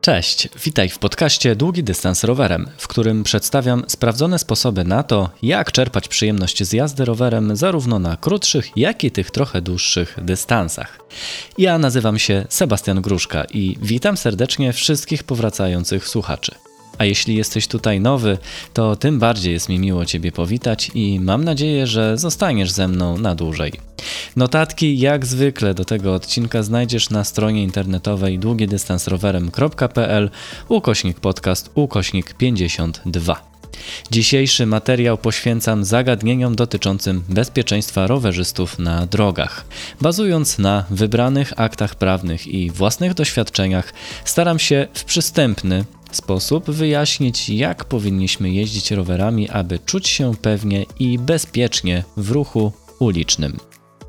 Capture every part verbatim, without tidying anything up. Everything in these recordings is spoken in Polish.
Cześć, witaj w podcaście Długi Dystans Rowerem, w którym przedstawiam sprawdzone sposoby na to, jak czerpać przyjemność z jazdy rowerem zarówno na krótszych, jak i tych trochę dłuższych dystansach. Ja nazywam się Sebastian Gruszka i witam serdecznie wszystkich powracających słuchaczy. A jeśli jesteś tutaj nowy, to tym bardziej jest mi miło Ciebie powitać i mam nadzieję, że zostaniesz ze mną na dłużej. Notatki jak zwykle do tego odcinka znajdziesz na stronie internetowej długidystansrowerem kropka pe el ukośnik podcast ukośnik pięćdziesiąt dwa. Dzisiejszy materiał poświęcam zagadnieniom dotyczącym bezpieczeństwa rowerzystów na drogach. Bazując na wybranych aktach prawnych i własnych doświadczeniach, staram się w przystępny sposób wyjaśnić, jak powinniśmy jeździć rowerami, aby czuć się pewnie i bezpiecznie w ruchu ulicznym.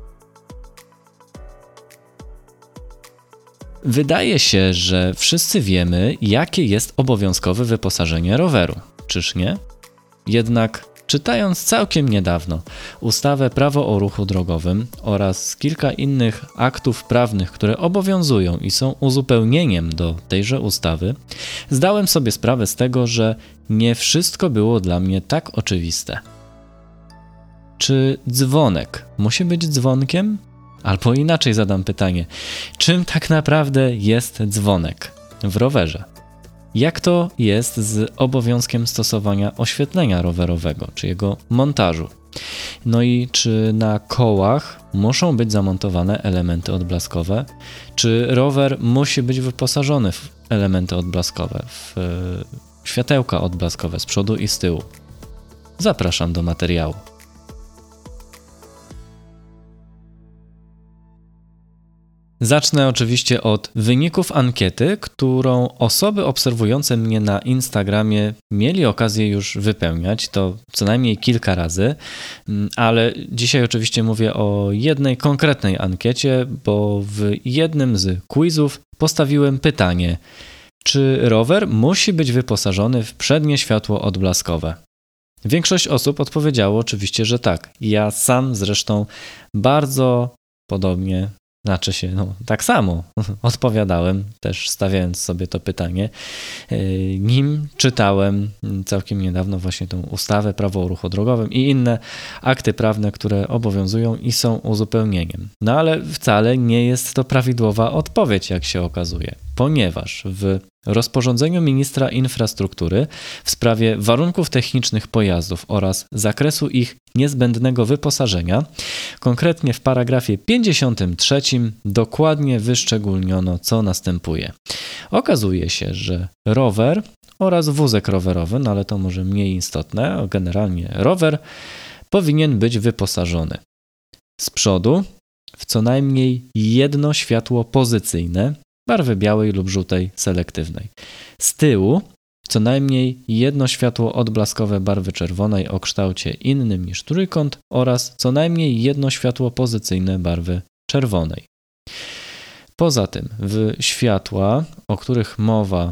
Wydaje się, że wszyscy wiemy, jakie jest obowiązkowe wyposażenie roweru, czyż nie? Jednak czytając całkiem niedawno ustawę Prawo o ruchu drogowym oraz kilka innych aktów prawnych, które obowiązują i są uzupełnieniem do tejże ustawy, zdałem sobie sprawę z tego, że nie wszystko było dla mnie tak oczywiste. Czy dzwonek musi być dzwonkiem? Albo inaczej zadam pytanie, czym tak naprawdę jest dzwonek w rowerze? Jak to jest z obowiązkiem stosowania oświetlenia rowerowego, czy jego montażu? No i czy na kołach muszą być zamontowane elementy odblaskowe? Czy rower musi być wyposażony w elementy odblaskowe, w światełka odblaskowe z przodu i z tyłu? Zapraszam do materiału. Zacznę oczywiście od wyników ankiety, którą osoby obserwujące mnie na Instagramie mieli okazję już wypełniać, to co najmniej kilka razy, ale dzisiaj oczywiście mówię o jednej konkretnej ankiecie, bo w jednym z quizów postawiłem pytanie, czy rower musi być wyposażony w przednie światło odblaskowe? Większość osób odpowiedziało oczywiście, że tak. Ja sam zresztą bardzo podobnie Znaczy się, no tak samo odpowiadałem, też stawiając sobie to pytanie, nim czytałem całkiem niedawno właśnie tą ustawę Prawo o ruchu drogowym i inne akty prawne, które obowiązują i są uzupełnieniem. No ale wcale nie jest to prawidłowa odpowiedź, jak się okazuje, ponieważ w rozporządzeniu ministra infrastruktury w sprawie warunków technicznych pojazdów oraz zakresu ich niezbędnego wyposażenia, konkretnie w paragrafie pięćdziesiątym trzecim dokładnie wyszczególniono, co następuje. Okazuje się, że rower oraz wózek rowerowy, no ale to może mniej istotne, generalnie rower powinien być wyposażony z przodu w co najmniej jedno światło pozycyjne barwy białej lub żółtej selektywnej. Z tyłu co najmniej jedno światło odblaskowe barwy czerwonej o kształcie innym niż trójkąt oraz co najmniej jedno światło pozycyjne barwy czerwonej. Poza tym w światła, o których mowa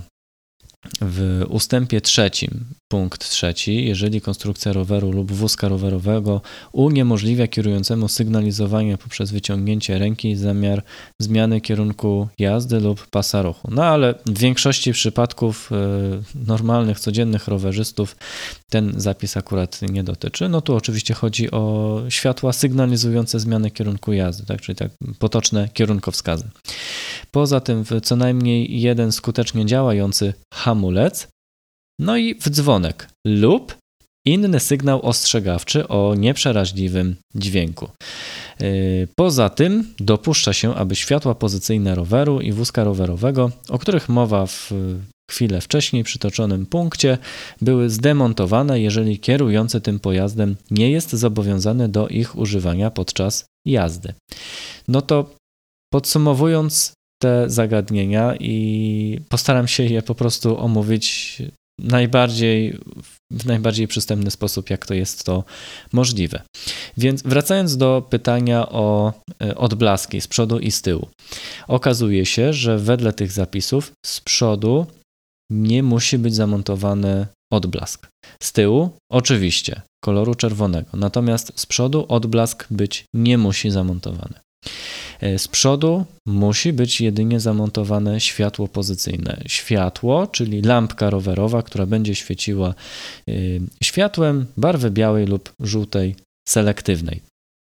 w ustępie trzecim, punkt trzeci, jeżeli konstrukcja roweru lub wózka rowerowego uniemożliwia kierującemu sygnalizowanie poprzez wyciągnięcie ręki zamiar zmiany kierunku jazdy lub pasa ruchu. No ale w większości przypadków y, normalnych, codziennych rowerzystów ten zapis akurat nie dotyczy. No tu oczywiście chodzi o światła sygnalizujące zmianę kierunku jazdy, tak, czyli tak potoczne kierunkowskazy. Poza tym w co najmniej jeden skutecznie działający hamulec, no i w dzwonek lub inny sygnał ostrzegawczy o nieprzeraźliwym dźwięku. Poza tym dopuszcza się, aby światła pozycyjne roweru i wózka rowerowego, o których mowa w chwilę wcześniej przytoczonym punkcie, były zdemontowane, jeżeli kierujący tym pojazdem nie jest zobowiązany do ich używania podczas jazdy. No to podsumowując te zagadnienia i postaram się je po prostu omówić najbardziej, w najbardziej przystępny sposób, jak to jest to możliwe. Więc wracając do pytania o odblaski z przodu i z tyłu. Okazuje się, że wedle tych zapisów z przodu nie musi być zamontowany odblask. Z tyłu oczywiście koloru czerwonego, natomiast z przodu odblask być nie musi zamontowany. Z przodu musi być jedynie zamontowane światło pozycyjne. Światło, czyli lampka rowerowa, która będzie świeciła światłem barwy białej lub żółtej selektywnej.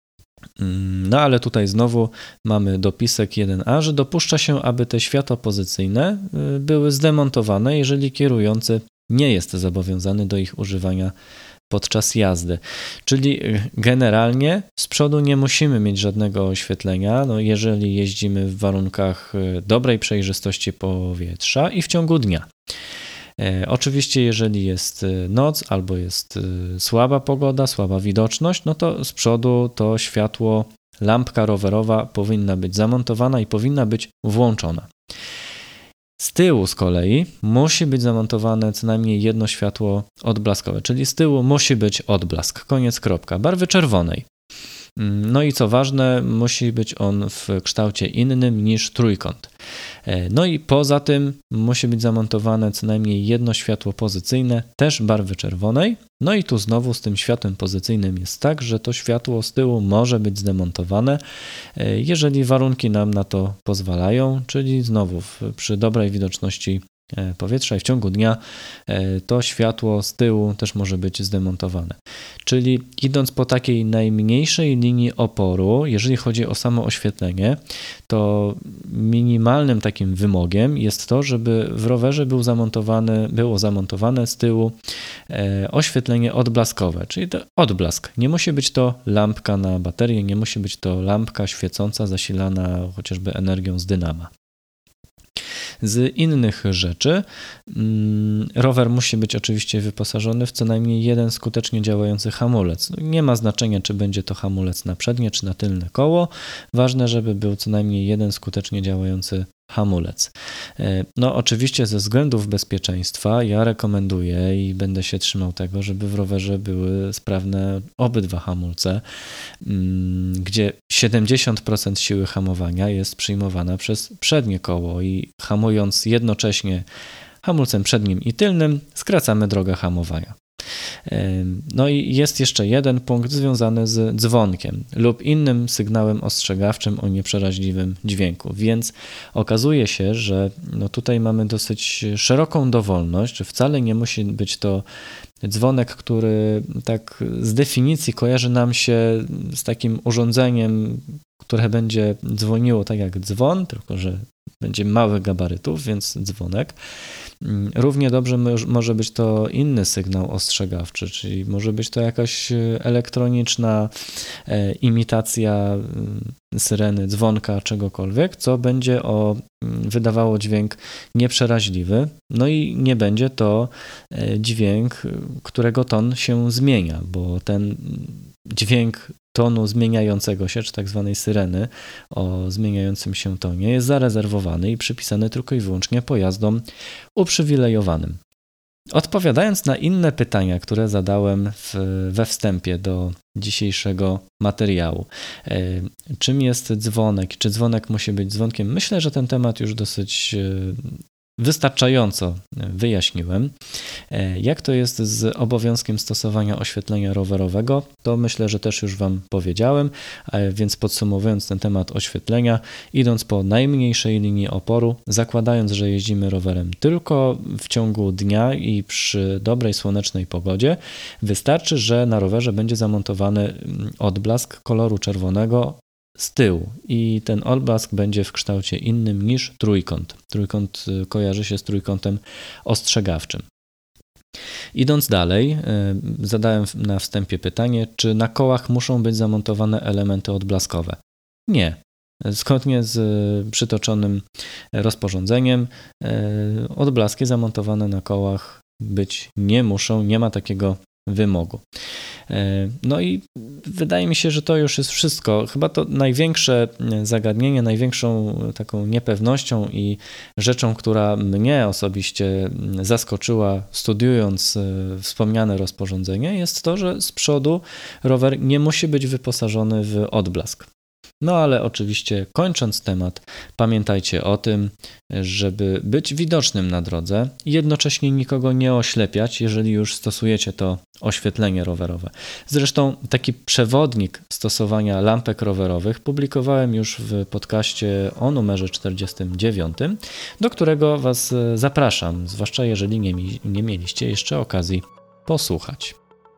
No ale tutaj znowu mamy dopisek jeden a, że dopuszcza się, aby te światła pozycyjne były zdemontowane, jeżeli kierujący nie jest zobowiązany do ich używania podczas jazdy. Czyli generalnie z przodu nie musimy mieć żadnego oświetlenia, no jeżeli jeździmy w warunkach dobrej przejrzystości powietrza i w ciągu dnia. Oczywiście, jeżeli jest noc albo jest słaba pogoda, słaba widoczność, no to z przodu to światło, lampka rowerowa powinna być zamontowana i powinna być włączona. Z tyłu z kolei musi być zamontowane co najmniej jedno światło odblaskowe, czyli z tyłu musi być odblask, koniec, kropka, barwy czerwonej. No i co ważne, musi być on w kształcie innym niż trójkąt. No i poza tym musi być zamontowane co najmniej jedno światło pozycyjne, też barwy czerwonej. No i tu znowu z tym światłem pozycyjnym jest tak, że to światło z tyłu może być zdemontowane, jeżeli warunki nam na to pozwalają, czyli znowu przy dobrej widoczności powietrza i w ciągu dnia to światło z tyłu też może być zdemontowane. Czyli idąc po takiej najmniejszej linii oporu, jeżeli chodzi o samo oświetlenie, to minimalnym takim wymogiem jest to, żeby w rowerze był zamontowany, było zamontowane z tyłu oświetlenie odblaskowe, czyli to odblask. Nie musi być to lampka na baterię, nie musi być to lampka świecąca zasilana chociażby energią z dynama. Z innych rzeczy rower musi być oczywiście wyposażony w co najmniej jeden skutecznie działający hamulec. Nie ma znaczenia, czy będzie to hamulec na przednie, czy na tylne koło. Ważne, żeby był co najmniej jeden skutecznie działający hamulec. No oczywiście ze względów bezpieczeństwa ja rekomenduję i będę się trzymał tego, żeby w rowerze były sprawne obydwa hamulce, gdzie siedemdziesiąt procent siły hamowania jest przyjmowana przez przednie koło i hamując jednocześnie hamulcem przednim i tylnym skracamy drogę hamowania. No i jest jeszcze jeden punkt związany z dzwonkiem lub innym sygnałem ostrzegawczym o nieprzeraźliwym dźwięku, więc okazuje się, że no tutaj mamy dosyć szeroką dowolność, że wcale nie musi być to dzwonek, który tak z definicji kojarzy nam się z takim urządzeniem, które będzie dzwoniło tak jak dzwon, tylko że będzie małych gabarytów, więc dzwonek. Równie dobrze może być to inny sygnał ostrzegawczy, czyli może być to jakaś elektroniczna imitacja syreny, dzwonka, czegokolwiek, co będzie o, wydawało dźwięk nieprzeraźliwy, no i nie będzie to dźwięk, którego ton się zmienia, bo ten dźwięk tonu zmieniającego się, czy tak zwanej syreny o zmieniającym się tonie jest zarezerwowany i przypisany tylko i wyłącznie pojazdom uprzywilejowanym. Odpowiadając na inne pytania, które zadałem w, we wstępie do dzisiejszego materiału, czym jest dzwonek, czy dzwonek musi być dzwonkiem, myślę, że ten temat już dosyć wystarczająco wyjaśniłem. Jak to jest z obowiązkiem stosowania oświetlenia rowerowego, to myślę, że też już Wam powiedziałem, więc podsumowując ten temat oświetlenia, idąc po najmniejszej linii oporu, zakładając, że jeździmy rowerem tylko w ciągu dnia i przy dobrej słonecznej pogodzie, wystarczy, że na rowerze będzie zamontowany odblask koloru czerwonego z tyłu i ten odblask będzie w kształcie innym niż trójkąt. Trójkąt kojarzy się z trójkątem ostrzegawczym. Idąc dalej, zadałem na wstępie pytanie, czy na kołach muszą być zamontowane elementy odblaskowe? Nie. Zgodnie z przytoczonym rozporządzeniem odblaski zamontowane na kołach być nie muszą, nie ma takiego wymogu. No i wydaje mi się, że to już jest wszystko. Chyba to największe zagadnienie, największą taką niepewnością i rzeczą, która mnie osobiście zaskoczyła studiując wspomniane rozporządzenie, jest to, że z przodu rower nie musi być wyposażony w odblask. No ale oczywiście kończąc temat, pamiętajcie o tym, żeby być widocznym na drodze i jednocześnie nikogo nie oślepiać, jeżeli już stosujecie to oświetlenie rowerowe. Zresztą taki przewodnik stosowania lampek rowerowych publikowałem już w podcaście o numerze czterdziestym dziewiątym, do którego Was zapraszam, zwłaszcza jeżeli nie, mi, nie mieliście jeszcze okazji posłuchać.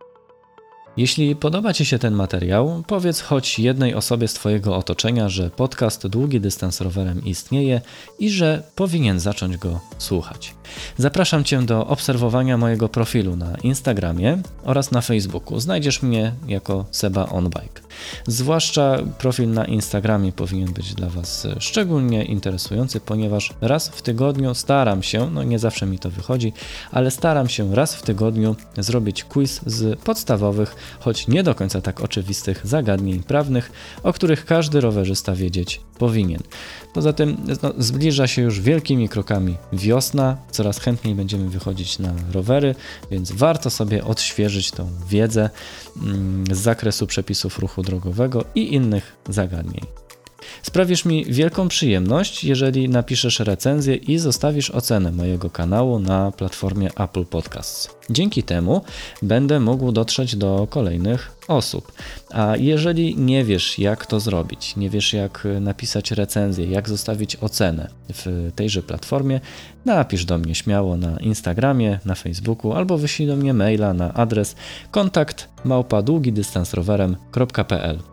Jeśli podoba Ci się ten materiał, powiedz choć jednej osobie z Twojego otoczenia, że podcast Długi Dystans Rowerem istnieje i że powinien zacząć go słuchać. Zapraszam Cię do obserwowania mojego profilu na Instagramie oraz na Facebooku. Znajdziesz mnie jako Seba on Bike. Zwłaszcza profil na Instagramie powinien być dla Was szczególnie interesujący, ponieważ raz w tygodniu staram się, no nie zawsze mi to wychodzi, ale staram się raz w tygodniu zrobić quiz z podstawowych, choć nie do końca tak oczywistych zagadnień prawnych, o których każdy rowerzysta wiedzieć powinien. Poza tym no, zbliża się już wielkimi krokami wiosna, coraz chętniej będziemy wychodzić na rowery, więc warto sobie odświeżyć tą wiedzę mm, z zakresu przepisów ruchu drogowego i innych zagadnień. Sprawisz mi wielką przyjemność, jeżeli napiszesz recenzję i zostawisz ocenę mojego kanału na platformie Apple Podcasts. Dzięki temu będę mógł dotrzeć do kolejnych osób. A jeżeli nie wiesz, jak to zrobić, nie wiesz, jak napisać recenzję, jak zostawić ocenę w tejże platformie, napisz do mnie śmiało na Instagramie, na Facebooku albo wyślij do mnie maila na adres kontakt małpa długidystansrowerem kropka pe el.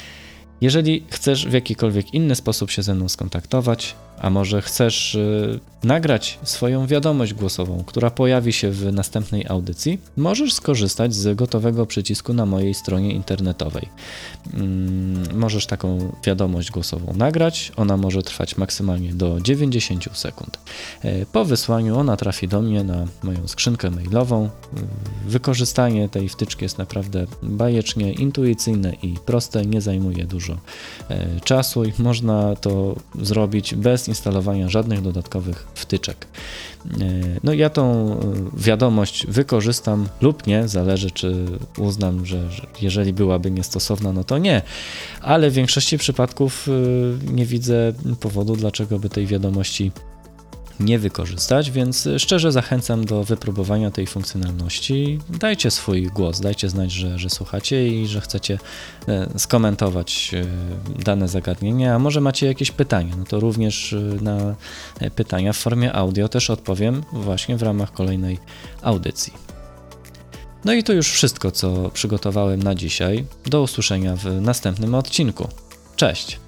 Jeżeli chcesz w jakikolwiek inny sposób się ze mną skontaktować, a może chcesz y, nagrać swoją wiadomość głosową, która pojawi się w następnej audycji, możesz skorzystać z gotowego przycisku na mojej stronie internetowej. Mm, możesz taką wiadomość głosową nagrać, ona może trwać maksymalnie do dziewięćdziesiąt sekund. Y, po wysłaniu ona trafi do mnie na moją skrzynkę mailową. Y, wykorzystanie tej wtyczki jest naprawdę bajecznie intuicyjne i proste, nie zajmuje dużo y, czasu i można to zrobić bez instalowania żadnych dodatkowych wtyczek. No ja tą wiadomość wykorzystam lub nie, zależy czy uznam, że, że jeżeli byłaby niestosowna, no to nie, ale w większości przypadków nie widzę powodu, dlaczego by tej wiadomości nie wykorzystać, więc szczerze zachęcam do wypróbowania tej funkcjonalności. Dajcie swój głos, dajcie znać, że, że słuchacie i że chcecie skomentować dane zagadnienie, a może macie jakieś pytania, no to również na pytania w formie audio też odpowiem właśnie w ramach kolejnej audycji. No i to już wszystko, co przygotowałem na dzisiaj. Do usłyszenia w następnym odcinku. Cześć!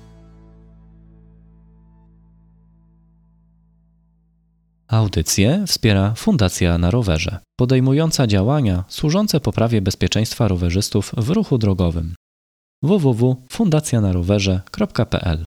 Audycję wspiera Fundacja na Rowerze, podejmująca działania służące poprawie bezpieczeństwa rowerzystów w ruchu drogowym. w w w kropka fundacja na rowerze kropka pe el